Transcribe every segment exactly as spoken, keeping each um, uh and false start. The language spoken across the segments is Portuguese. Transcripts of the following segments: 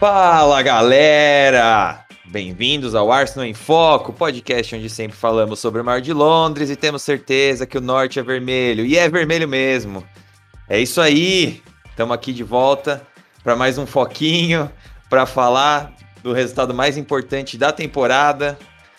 Fala, galera! Bem-vindos ao Arsenal em Foco, podcast onde sempre falamos sobre o Mar de Londres e temos certeza que o norte é vermelho, e é vermelho mesmo. É isso aí! Estamos aqui de volta para mais um foquinho, para falar do resultado mais importante da temporada.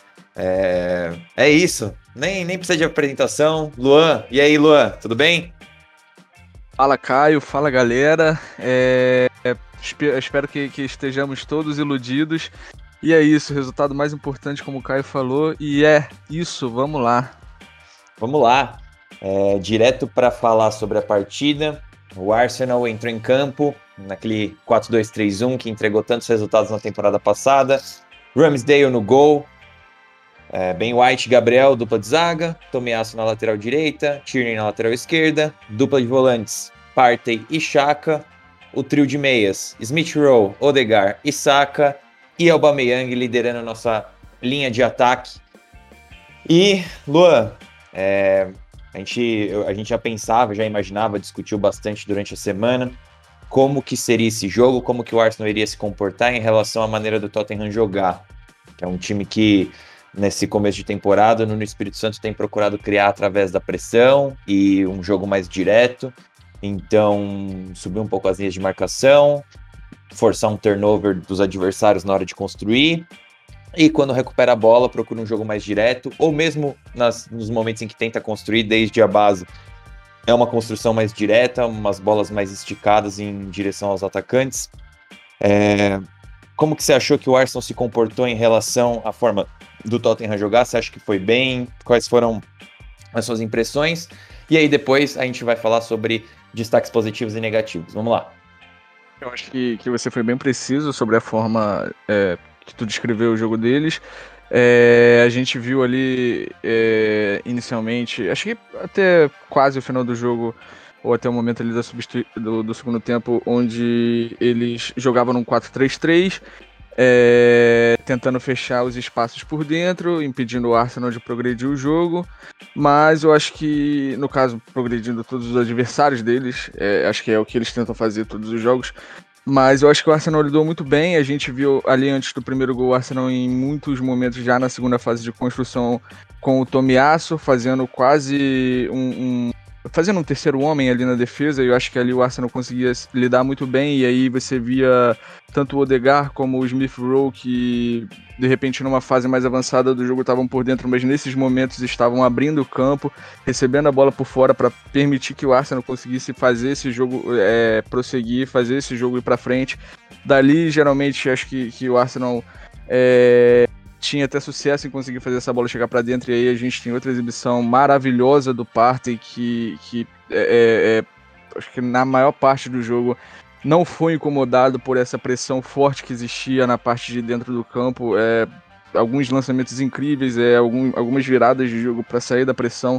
É, é isso, nem, nem precisa de apresentação. Luan, e aí, Luan, tudo bem? Fala, Caio, fala, galera. É... Espero que, que estejamos todos iludidos. E é isso, o resultado mais importante, como o Caio falou. E é isso, vamos lá. Vamos lá. É, direto para falar sobre a partida. O Arsenal entrou em campo naquele quatro dois três um que entregou tantos resultados na temporada passada. Ramsdale no gol. É, Ben White, Gabriel, dupla de zaga. Tomiyasu na lateral direita. Tierney na lateral esquerda. Dupla de volantes, Partey e Xhaka. O trio de meias, Smith Rowe, Odegaard e Saka, e Aubameyang liderando a nossa linha de ataque. E, Luan, é, a, gente, a gente já pensava, já imaginava, discutiu bastante durante a semana como que seria esse jogo, como que o Arsenal iria se comportar em relação à maneira do Tottenham jogar. Que é um time que, nesse começo de temporada, no Espírito Santo tem procurado criar através da pressão e um jogo mais direto. Então, subir um pouco as linhas de marcação, forçar um turnover dos adversários na hora de construir, e quando recupera a bola, procura um jogo mais direto, ou mesmo nas, nos momentos em que tenta construir desde a base, é uma construção mais direta, umas bolas mais esticadas em direção aos atacantes. É... Como que você achou que o Arsenal se comportou em relação à forma do Tottenham jogar? Você acha que foi bem? Quais foram as suas impressões? E aí depois a gente vai falar sobre destaques positivos e negativos. Vamos lá. Eu acho que, que você foi bem preciso sobre a forma é, que tu descreveu o jogo deles. É, a gente viu ali é, inicialmente, acho que até quase o final do jogo, ou até o momento ali da substitu- do, do segundo tempo, onde eles jogavam num quatro três três, É, tentando fechar os espaços por dentro, impedindo o Arsenal de progredir o jogo, mas eu acho que, no caso, progredindo todos os adversários deles, é, acho que é o que eles tentam fazer todos os jogos, mas eu acho que o Arsenal lidou muito bem. A gente viu ali antes do primeiro gol o Arsenal em muitos momentos já na segunda fase de construção com o Tomiyasu fazendo quase um, um fazendo um terceiro homem ali na defesa, e eu acho que ali o Arsenal conseguia lidar muito bem, e aí você via tanto o Odegaard como o Smith Rowe, que de repente numa fase mais avançada do jogo estavam por dentro, mas nesses momentos estavam abrindo o campo, recebendo a bola por fora para permitir que o Arsenal conseguisse fazer esse jogo, é, prosseguir, fazer esse jogo ir para frente. Dali, geralmente, acho que, que o Arsenal é, tinha até sucesso em conseguir fazer essa bola chegar para dentro, e aí a gente tem outra exibição maravilhosa do Partey, que, que é, é, acho que na maior parte do jogo não foi incomodado por essa pressão forte que existia na parte de dentro do campo. É, alguns lançamentos incríveis, é, algum, algumas viradas de jogo para sair da pressão.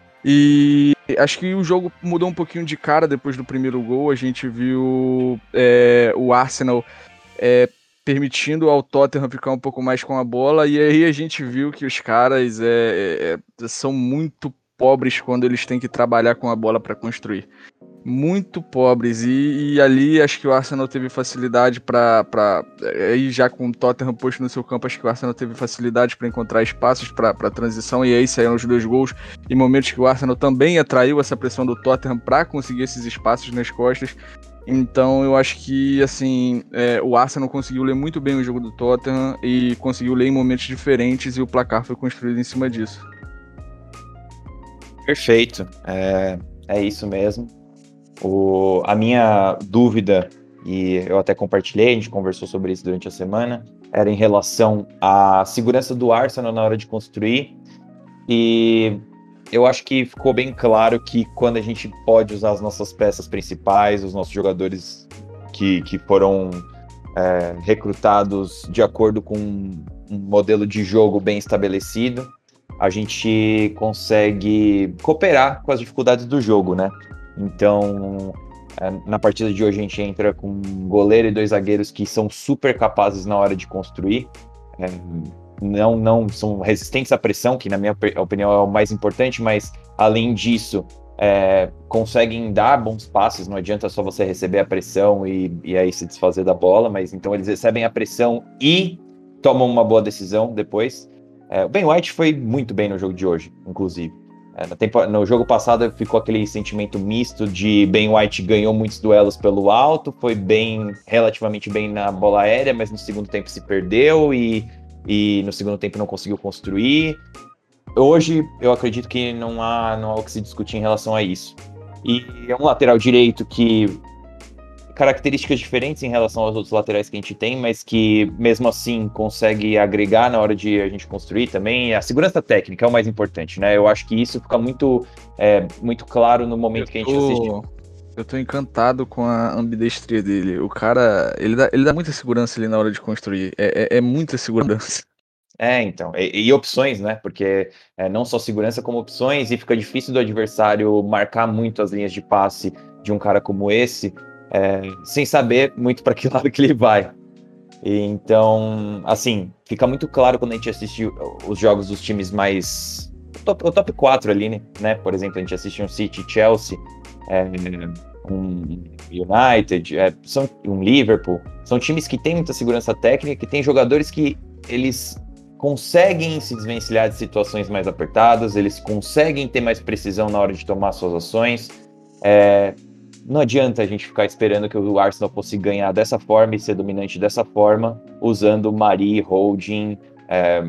E acho que o jogo mudou um pouquinho de cara depois do primeiro gol. A gente viu é, o Arsenal é, permitindo ao Tottenham ficar um pouco mais com a bola, e aí a gente viu que os caras é, é, são muito pobres quando eles têm que trabalhar com a bola para construir. Muito pobres, e, e ali acho que o Arsenal teve facilidade para, aí já com o Tottenham posto no seu campo, acho que o Arsenal teve facilidade para encontrar espaços para transição, e aí saíram os dois gols, em momentos que o Arsenal também atraiu essa pressão do Tottenham para conseguir esses espaços nas costas. Então eu acho que assim é, o Arsenal conseguiu ler muito bem o jogo do Tottenham e conseguiu ler em momentos diferentes, e o placar foi construído em cima disso. Perfeito, é, é isso mesmo. O, a minha dúvida, e eu até compartilhei, a gente conversou sobre isso durante a semana, era em relação à segurança do Arsenal na hora de construir, e eu acho que ficou bem claro que quando a gente pode usar as nossas peças principais, os nossos jogadores que, que foram é, recrutados de acordo com um modelo de jogo bem estabelecido, a gente consegue cooperar com as dificuldades do jogo, né? Então, na partida de hoje a gente entra com um goleiro e dois zagueiros que são super capazes na hora de construir. É, não, não são resistentes à pressão, que na minha opinião é o mais importante, mas além disso, é, conseguem dar bons passes, não adianta só você receber a pressão e, e aí se desfazer da bola, mas então eles recebem a pressão e tomam uma boa decisão depois. É, o Ben White foi muito bem no jogo de hoje, inclusive. É, no, tempo, no jogo passado ficou aquele sentimento misto de Ben White ganhou muitos duelos pelo alto, foi bem, relativamente bem na bola aérea, mas no segundo tempo se perdeu e, e no segundo tempo não conseguiu construir. Hoje, eu acredito que não há, não há o que se discutir em relação a isso. E é um lateral direito que características diferentes em relação aos outros laterais que a gente tem, mas que mesmo assim consegue agregar na hora de a gente construir também. A segurança técnica é o mais importante, né? Eu acho que isso fica muito, é, muito claro no momento Eu que a gente tô- assiste. Eu tô encantado com a ambidestria dele. O cara, ele dá, ele dá muita segurança ali na hora de construir. É, é, é muita segurança. É, então, e, e opções, né? Porque é, não só segurança, como opções, e fica difícil do adversário marcar muito as linhas de passe de um cara como esse, é, sem saber muito para que lado que ele vai. E, então, assim, fica muito claro quando a gente assiste os jogos dos times mais. O top, o top quatro ali, né? Por exemplo, a gente assiste um City, Chelsea, é, um United, é, são, um Liverpool. São times que têm muita segurança técnica, que têm jogadores que eles conseguem se desvencilhar de situações mais apertadas, eles conseguem ter mais precisão na hora de tomar suas ações. É, não adianta a gente ficar esperando que o Arsenal fosse ganhar dessa forma e ser dominante dessa forma, usando Mari, Holding, é,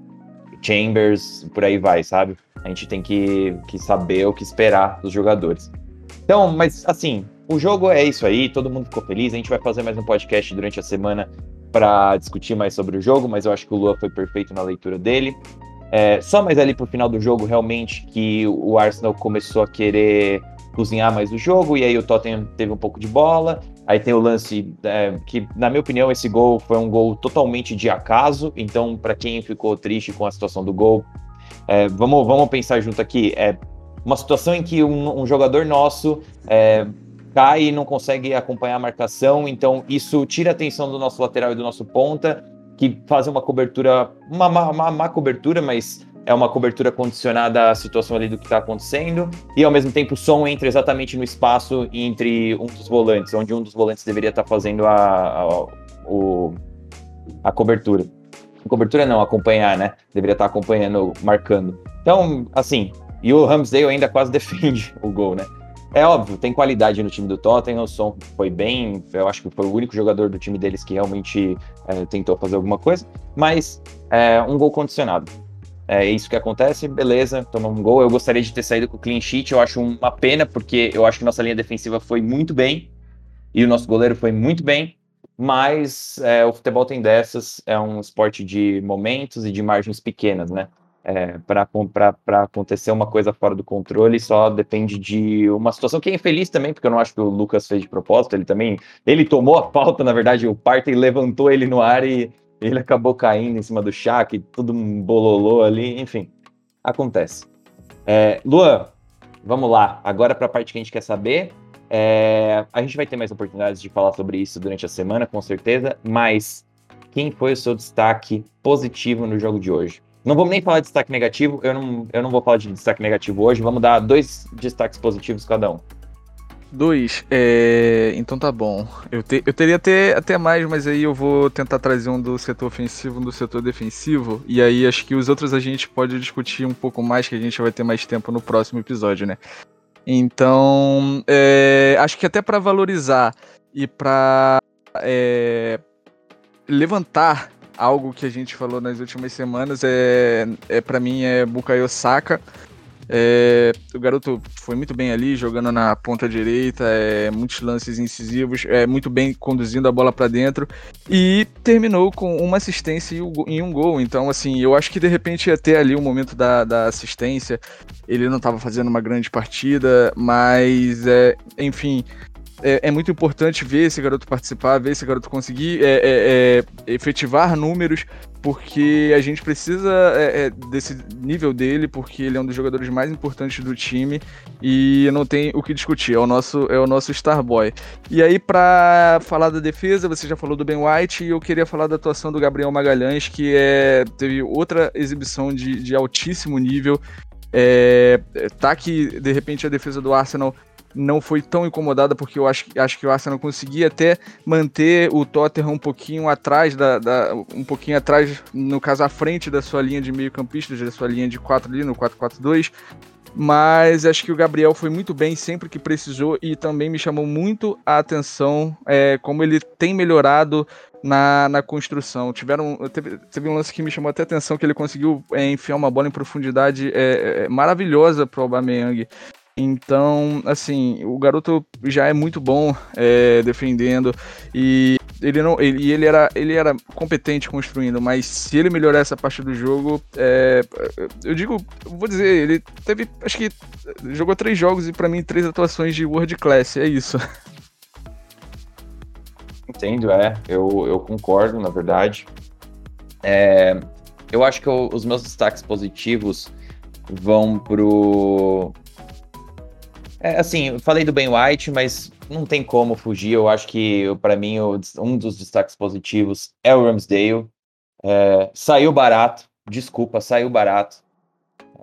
Chambers, por aí vai, sabe? A gente tem que, que saber o que esperar dos jogadores. Então, mas assim, o jogo é isso aí, todo mundo ficou feliz, a gente vai fazer mais um podcast durante a semana para discutir mais sobre o jogo, mas eu acho que o Lua foi perfeito na leitura dele. É, só mais ali pro final do jogo, realmente, que o Arsenal começou a querer cozinhar mais o jogo, e aí o Tottenham teve um pouco de bola. Aí tem o lance é, que, na minha opinião, esse gol foi um gol totalmente de acaso. Então, para quem ficou triste com a situação do gol, é, vamos, vamos pensar junto aqui. É uma situação em que um, um jogador nosso é, cai e não consegue acompanhar a marcação, então isso tira a atenção do nosso lateral e do nosso ponta, que fazem uma cobertura, uma má, má cobertura, mas é uma cobertura condicionada à situação ali do que está acontecendo, e ao mesmo tempo o som entra exatamente no espaço entre um dos volantes, onde um dos volantes deveria estar tá fazendo a, a, o, a cobertura. A cobertura não, acompanhar, né? Deveria estar tá acompanhando, marcando. Então, assim, e o Ramsdale ainda quase defende o gol, né? É óbvio, tem qualidade no time do Tottenham, o Son foi bem, eu acho que foi o único jogador do time deles que realmente é, tentou fazer alguma coisa, mas é, um gol condicionado. É isso que acontece, beleza, tomamos um gol. Eu gostaria de ter saído com o clean sheet, eu acho uma pena, porque eu acho que nossa linha defensiva foi muito bem, e o nosso goleiro foi muito bem, mas é, o futebol tem dessas, é um esporte de momentos e de margens pequenas, né? É, para acontecer uma coisa fora do controle, só depende de uma situação que é infeliz também, porque eu não acho que o Lucas fez de propósito, ele também, ele tomou a falta, na verdade, o Partey levantou ele no ar e ele acabou caindo em cima do Shaq, tudo um bololô ali, enfim, acontece. É, Luan, vamos lá, agora para a parte que a gente quer saber, é, a gente vai ter mais oportunidades de falar sobre isso durante a semana, com certeza, mas quem foi o seu destaque positivo no jogo de hoje? Não vamos nem falar de destaque negativo, eu não, eu não vou falar de destaque negativo hoje, vamos dar dois destaques positivos cada um. Dois, é... então tá bom. Eu, te... eu teria até, até mais, mas aí eu vou tentar trazer um do setor ofensivo, um do setor defensivo, e aí acho que os outros a gente pode discutir um pouco mais, que a gente vai ter mais tempo no próximo episódio, né? Então, é... acho que até para valorizar e para é... levantar algo que a gente falou nas últimas semanas, é, é para mim é Bukayo Saka. É, o garoto foi muito bem ali, jogando na ponta direita, é, muitos lances incisivos, é, muito bem conduzindo a bola para dentro, e terminou com uma assistência e um gol. Então, assim, eu acho que de repente ia ter ali o momento da, da assistência, ele não estava fazendo uma grande partida, mas, é, enfim... É, é muito importante ver esse garoto participar, ver esse garoto conseguir é, é, é, efetivar números, porque a gente precisa é, é, desse nível dele, porque ele é um dos jogadores mais importantes do time e não tem o que discutir, é o nosso, é o nosso star boy. E aí, para falar da defesa, você já falou do Ben White, e eu queria falar da atuação do Gabriel Magalhães, que é, teve outra exibição de, de altíssimo nível. É, tá que, de repente, a defesa do Arsenal não foi tão incomodada, porque eu acho, acho que o Arsenal conseguia até manter o Tottenham um pouquinho atrás, da, da, um pouquinho atrás, no caso, à frente da sua linha de meio-campistas, da sua linha de quatro ali, no quatro quatro dois, mas acho que o Gabriel foi muito bem sempre que precisou e também me chamou muito a atenção é, como ele tem melhorado na, na construção. Tiveram, teve, teve um lance que me chamou até a atenção, que ele conseguiu é, enfiar uma bola em profundidade é, é, maravilhosa para o Aubameyang. Então, assim, o garoto já é muito bom é, defendendo e ele não, ele, ele, era, ele era competente construindo, mas se ele melhorar essa parte do jogo, é, eu digo, vou dizer, ele teve, acho que jogou três jogos e pra mim três atuações de world class, é isso. Entendo, é, eu, eu concordo, na verdade. É, eu acho que eu, os meus destaques positivos vão pro... É, assim, eu falei do Ben White, mas não tem como fugir. Eu acho que, para mim, o, um dos destaques positivos é o Ramsdale. É, saiu barato, desculpa, saiu barato. É,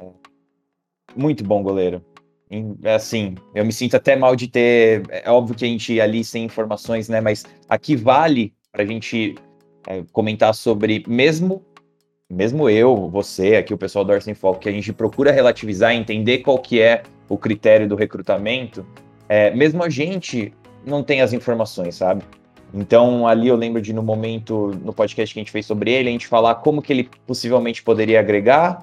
muito bom goleiro. É assim, eu me sinto até mal de ter... É óbvio que a gente ali sem informações, né? Mas aqui vale para a gente é, comentar sobre, mesmo, mesmo eu, você, aqui o pessoal do Arsenal Foco, que a gente procura relativizar e entender qual que é o critério do recrutamento, é, mesmo a gente não tem as informações, sabe? Então, ali eu lembro de, no momento, no podcast que a gente fez sobre ele, a gente falar como que ele possivelmente poderia agregar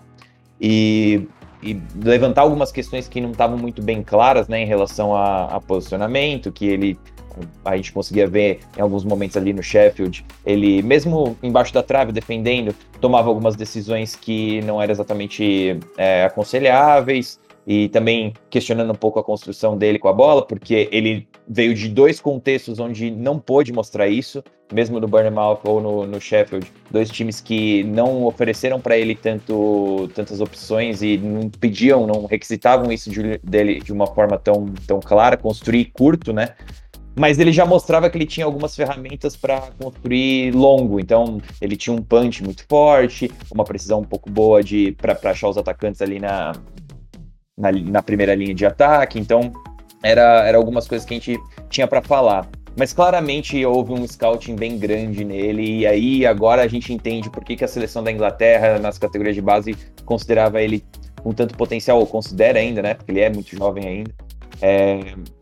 e, e levantar algumas questões que não estavam muito bem claras, né, em relação a, a posicionamento, que ele, a gente conseguia ver em alguns momentos ali no Sheffield, ele, mesmo embaixo da trave, defendendo, tomava algumas decisões que não eram exatamente é, aconselháveis, e também questionando um pouco a construção dele com a bola, porque ele veio de dois contextos onde não pôde mostrar isso, mesmo no Bournemouth ou no, no Sheffield, dois times que não ofereceram para ele tanto, tantas opções e não pediam, não requisitavam isso de, dele de uma forma tão, tão clara, construir curto, né? Mas ele já mostrava que ele tinha algumas ferramentas para construir longo, então ele tinha um punch muito forte, uma precisão um pouco boa para achar os atacantes ali na... Na, na primeira linha de ataque, então era, era algumas coisas que a gente tinha para falar. Mas claramente houve um scouting bem grande nele, e aí agora a gente entende por que, que a seleção da Inglaterra, nas categorias de base, considerava ele com tanto potencial, ou considera ainda, né? Porque ele é muito jovem ainda. É,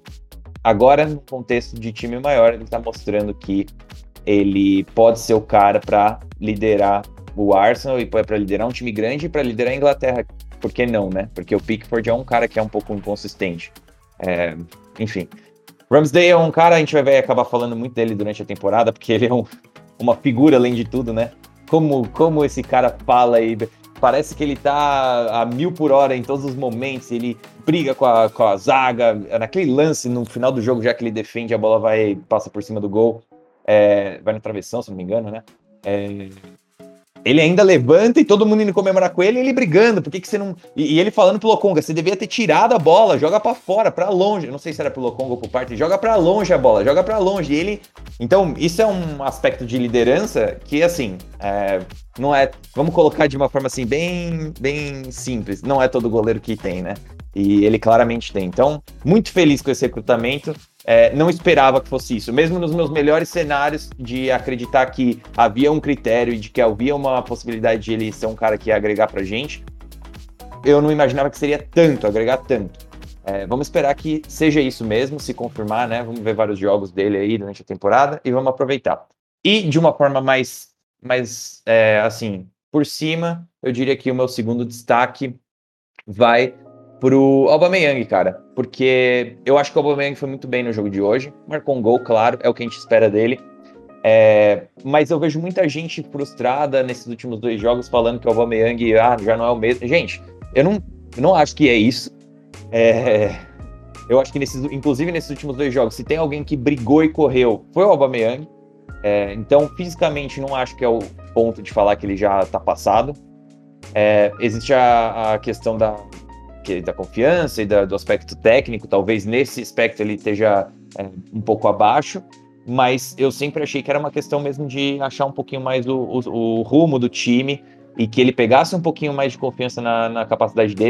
agora, no contexto de time maior, ele está mostrando que ele pode ser o cara para liderar o Arsenal, e para liderar um time grande e para liderar a Inglaterra. Por que não, né? Porque o Pickford é um cara que é um pouco inconsistente. É, enfim. Ramsdale é um cara, a gente vai acabar falando muito dele durante a temporada, porque ele é um, uma figura além de tudo, né? Como, como esse cara fala e parece que ele tá a mil por hora em todos os momentos, ele briga com a, com a zaga, naquele lance no final do jogo, já que ele defende, a bola vai, passa por cima do gol, é, vai na travessão, se não me engano, né? É, ele ainda levanta e todo mundo indo comemorar com ele e ele brigando, por que que você não... E, e ele falando pro Lokonga, você devia ter tirado a bola, joga pra fora, pra longe. Eu não sei se era pro Lokonga ou pro Partey, joga pra longe a bola, joga pra longe. E ele... Então, isso é um aspecto de liderança que, assim, é... não é... Vamos colocar de uma forma, assim, bem, bem simples. Não é todo goleiro que tem, né? E ele claramente tem. Então, muito feliz com esse recrutamento. É, não esperava que fosse isso. Mesmo nos meus melhores cenários de acreditar que havia um critério e de que havia uma possibilidade de ele ser um cara que ia agregar pra gente, eu não imaginava que seria tanto, agregar tanto. É, vamos esperar que seja isso mesmo, se confirmar, né? Vamos ver vários jogos dele aí durante a temporada e vamos aproveitar. E de uma forma mais, mais é, assim, por cima, eu diria que o meu segundo destaque vai pro Aubameyang, cara, porque eu acho que o Aubameyang foi muito bem no jogo de hoje, marcou um gol, claro, é o que a gente espera dele, é, mas eu vejo muita gente frustrada nesses últimos dois jogos falando que o Aubameyang ah, já não é o mesmo. Gente, eu não, eu não acho que é isso, é, eu acho que, nesses, inclusive nesses últimos dois jogos, se tem alguém que brigou e correu, foi o Aubameyang, é, então fisicamente não acho que é o ponto de falar que ele já tá passado. É, existe a, a questão da Que, da confiança e da, do aspecto técnico, talvez nesse aspecto ele esteja é, um pouco abaixo, mas eu sempre achei que era uma questão mesmo de achar um pouquinho mais o, o, o rumo do time e que ele pegasse um pouquinho mais de confiança na, na capacidade dele.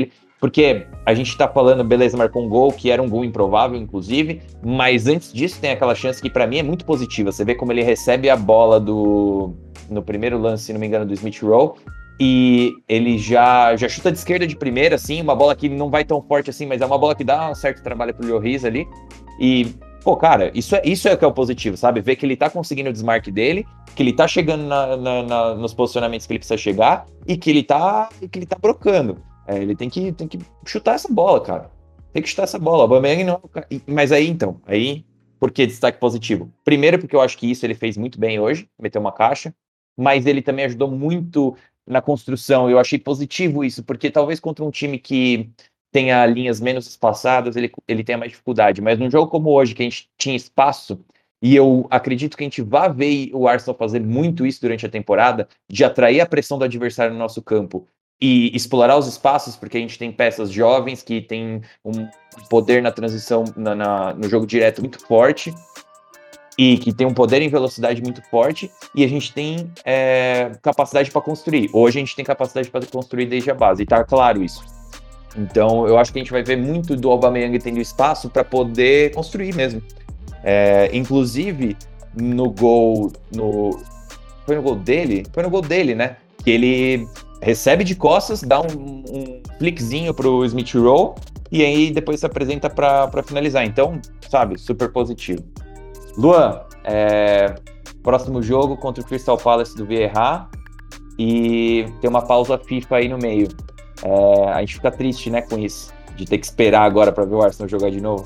Porque a gente tá falando, beleza, marcou um gol, que era um gol improvável, inclusive, mas antes disso tem aquela chance que pra mim é muito positiva. Você vê como ele recebe a bola do no primeiro lance, se não me engano, do Smith Rowe, e ele já, já chuta de esquerda de primeira, assim, uma bola que não vai tão forte assim, mas é uma bola que dá um certo trabalho pro Lloris ali. E, pô, cara, isso é, isso é o que é o positivo, sabe? Ver que ele tá conseguindo o desmarque dele, que ele tá chegando na, na, na, nos posicionamentos que ele precisa chegar e que ele tá, que ele tá brocando. É, ele tem que, tem que chutar essa bola, cara. Tem que chutar essa bola. O Aubameyang não... Mas aí, então, aí, por que destaque positivo? Primeiro, porque eu acho que isso ele fez muito bem hoje, meteu uma caixa, mas ele também ajudou muito na construção. Eu achei positivo isso, porque talvez contra um time que tenha linhas menos espaçadas, ele, ele tenha mais dificuldade. Mas num jogo como hoje, que a gente tinha espaço, e eu acredito que a gente vai ver o Arsenal fazer muito isso durante a temporada, de atrair a pressão do adversário no nosso campo e explorar os espaços, porque a gente tem peças jovens que têm um poder na transição, na, na, no jogo direto muito forte, e que tem um poder em velocidade muito forte, e a gente tem é, capacidade para construir. Hoje a gente tem capacidade para construir desde a base, e tá claro isso. Então eu acho que a gente vai ver muito do Aubameyang tendo espaço para poder construir mesmo. É, inclusive, no gol... No... Foi no gol dele? Foi no gol dele, né? Que ele recebe de costas, dá um, um flickzinho pro Smith Rowe, e aí depois se apresenta para finalizar. Então, sabe, super positivo. Luan, é, próximo jogo contra o Crystal Palace do Vieira, e tem uma pausa FIFA aí no meio. É, a gente fica triste, né, com isso, de ter que esperar agora para ver o Arsenal jogar de novo.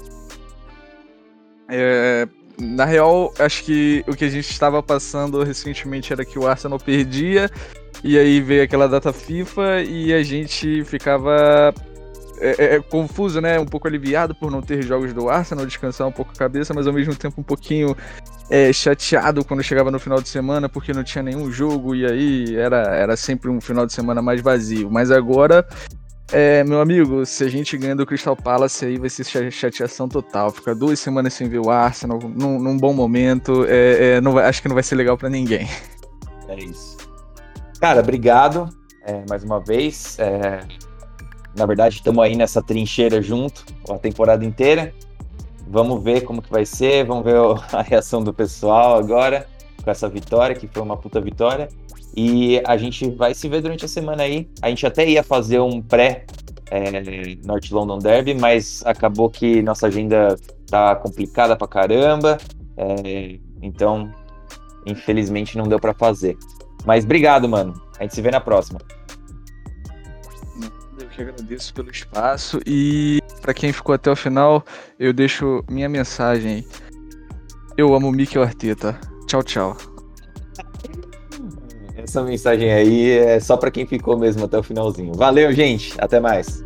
É, na real, acho que o que a gente estava passando recentemente era que o Arsenal perdia, e aí veio aquela data FIFA e a gente ficava é, é, confuso, né? Um pouco aliviado por não ter jogos do Arsenal, descansar um pouco a cabeça, mas ao mesmo tempo um pouquinho é, chateado quando chegava no final de semana porque não tinha nenhum jogo e aí era, era sempre um final de semana mais vazio. Mas agora, é, meu amigo, se a gente ganha do Crystal Palace aí vai ser chateação total. Ficar duas semanas sem ver o Arsenal num, num bom momento, é, é, não vai, acho que não vai ser legal pra ninguém. É isso. Cara, obrigado é, mais uma vez. É, na verdade, estamos aí nessa trincheira junto a temporada inteira. Vamos ver como que vai ser, vamos ver a reação do pessoal agora com essa vitória, que foi uma puta vitória. E a gente vai se ver durante a semana aí. A gente até ia fazer um pré é, North London Derby, mas acabou que nossa agenda tá complicada pra caramba. É, então, infelizmente, não deu pra fazer. Mas obrigado, mano. A gente se vê na próxima. Eu que agradeço pelo espaço e pra quem ficou até o final, eu deixo minha mensagem. Eu amo Mikel Arteta. Tchau, tchau. Essa mensagem aí é só pra quem ficou mesmo até o finalzinho. Valeu, gente. Até mais.